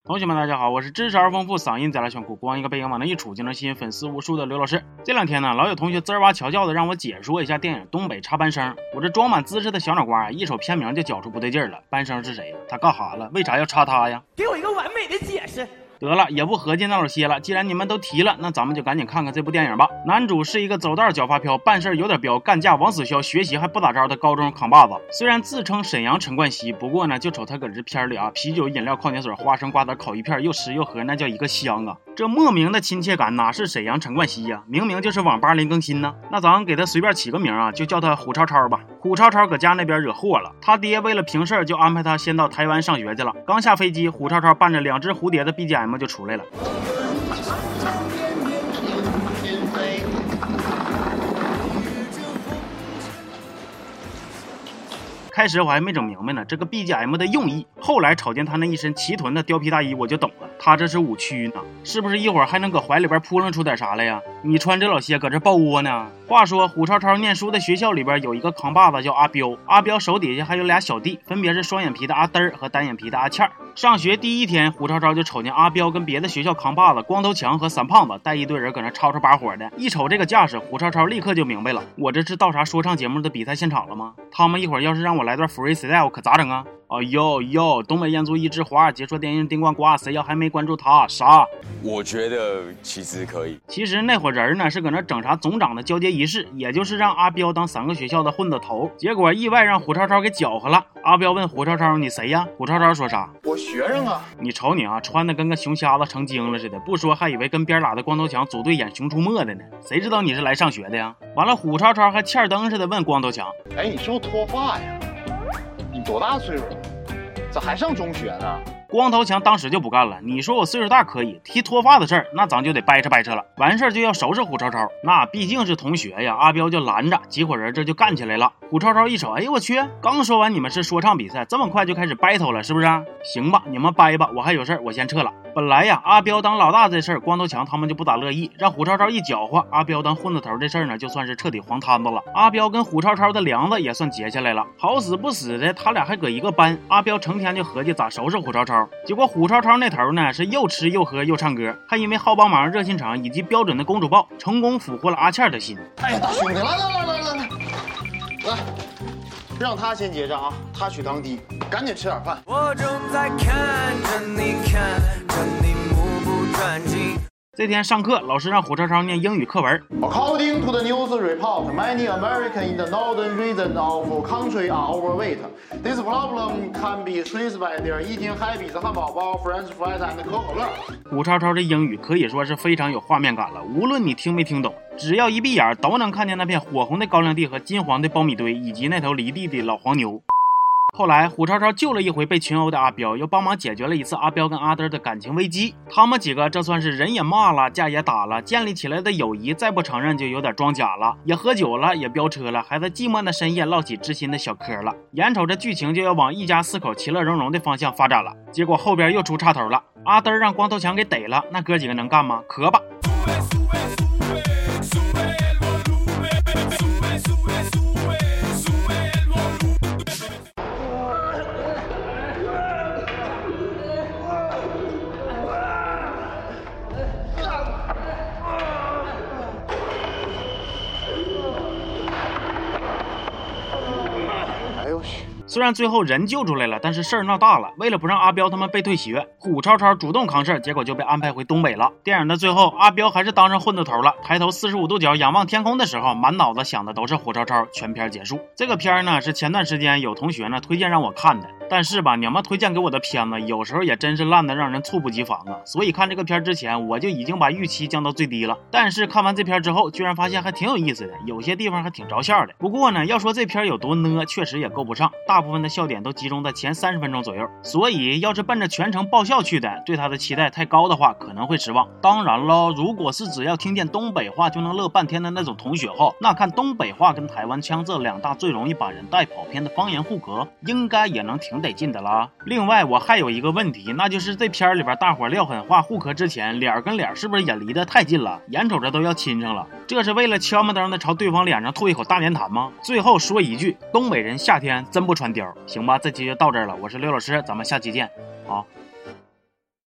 同学们大家好，我是知识而丰富嗓音再来炫酷光一个背影往那一杵就能吸引粉丝无数的刘老师。这两天呢，老有同学滋儿哇调教的让我解说一下电影东北插班生。我这装满姿势的小脑瓜一瞅片名就觉出不对劲了，班生是谁呀？他干哈了？为啥要插他呀？ 给我一个完美的解释。 得了，也不合计那老些了，既然你们都提了，那咱们就赶紧看看这部电影吧。男主是一个走道脚发飘，办事有点彪，干架往死削，学习还不咋着的高中扛把子。虽然自称沈阳陈冠希，不过呢，就瞅他搁这片里啊，啤酒、饮料、矿泉水、花生、瓜子、烤鱼片，又吃又喝，那叫一个香啊！这莫名的亲切感哪是沈阳陈冠希呀？明明就是网吧零更新呢。那咱给他随便起个名啊，就叫他虎超超吧。虎超超搁家那边惹祸了，他爹为了平事就安排他先到台湾上学去了。刚下飞机，虎超超伴着2只蝴蝶的 BGM 就出来了。开始我还没整明白呢，这个 BGM 的用意。后来瞅见他那一身齐臀的貂皮大衣，我就懂了，他这是舞区呢，是不是一会儿还能搁怀里边扑棱出点啥来呀？你穿这老些搁这抱窝呢？话说虎超超念书的学校里边有一个扛把子叫阿彪，阿彪手底下还有俩小弟，分别是双眼皮的阿嘚儿和单眼皮的阿倩儿。上学第一天，虎超超就瞅见阿彪跟别的学校扛把子光头强和三胖子带一堆人搁那吵吵把火的。一瞅这个架势，虎超超立刻就明白了，我这是到啥说唱节目的比赛现场了吗？他们一会儿要是让我来段 freestyle 可咋整啊？哦哟，东北烟族一枝花，解说电影顶呱呱，谁要还没关注他？啥？ 我觉得其实可以。 其实那伙人呢是搁那整啥总长的交接仪式，也就是让阿彪当3个学校的混子头。结果意外让虎超超给搅和了。阿彪问虎超超：“你谁呀？”虎超超说啥？ 我学生啊。 你瞅你啊，穿的跟个熊瞎子成精了似的，不说还以为跟边拉的光头强组队演《熊出没》的呢。谁知道你是来上学的呀？完了，虎超超还欠灯似的问光头强：“ 哎，你是不是脱发呀？你多大岁数了？咋还上中学呢？” 光头强当时就不干了，你说我岁数大可以，提脱发的事儿，那咱就得掰扯了。完事儿就要收拾虎超超，那毕竟是同学呀。阿彪就拦着，几伙人这就干起来了。虎超超一瞅，哎呦我去，刚说完你们是说唱比赛，这么快就开始 battle 了，是不是？行吧，你们掰吧，我还有事儿，我先撤了。本来呀，阿彪当老大这事儿，光头强他们就不咋乐意，让虎超超一搅和，阿彪当混子头这事儿呢，就算是彻底黄摊子了。阿彪跟虎超超的梁子也算结下来了，好死不死的，他俩还搁一个班。阿彪成天就合计咋收拾虎超超，结果虎超超那头呢是又吃又喝又唱歌，还因为好帮忙、热心肠以及标准的公主抱，成功俘获了阿倩的心。 哎呀，大兄弟，来，让他先结账啊，他去当第一，赶紧吃点饭。 我正在看着你，看着你目不转睛。 这天上课，老师让虎超超念英语课文。 According to the news report, many Americans in the northern region of country are overweight. This problem can be traced by their eating habits: 汉堡包、French fries and 可口乐。 虎超超这英语可以说是非常有画面感了，无论你听没听懂，只要一闭眼都能看见那片火红的高粱地和金黄的苞米堆，以及那头离地的老黄牛。后来虎超超救了一回被群殴的阿彪，又帮忙解决了一次阿彪跟阿嘚的感情危机。他们几个这算是人也骂了，架也打了，建立起来的友谊再不承认就有点装假了，也喝酒了，也飙车了，还在寂寞的深夜唠起知心的小嗑了。眼瞅着剧情就要往一家4口其乐融融的方向发展了，结果后边又出岔头了。阿嘚让光头强给逮了，那哥几个能干吗？可吧。虽然最后人救出来了，但是事儿闹大了。为了不让阿彪他们被退学，虎超超主动扛事儿，结果就被安排回东北了。电影的最后，阿彪还是当上混子头了，抬头45度角仰望天空的时候，满脑子想的都是虎超超。全片结束。这个片呢是前段时间有同学呢推荐让我看的，但是吧，你们推荐给我的片子有时候也真是烂的让人猝不及防啊。所以看这个片之前，我就已经把预期降到最低了。但是看完这片之后，居然发现还挺有意思的，有些地方还挺着笑的。不过呢，要说这片有多呢，确实也够不上。大部分的笑点都集中在前30分钟左右，所以要是奔着全程爆笑去的，对他的期待太高的话，可能会失望。当然了，如果是只要听见东北话就能乐半天的那种同学哈，那看东北话跟台湾腔这2大最容易把人带跑偏的方言户口，应该也能挺得劲的啦。另外，我还有一个问题，那就是这片里边大伙撂狠话互磕之前，脸跟脸是不是也离得太近了？眼瞅着都要亲上了，这是为了悄没登的朝对方脸上吐一口大粘痰吗？最后说一句，东北人夏天真不穿貂。行吧，这期就到这儿了，我是刘老师，咱们下期见，好。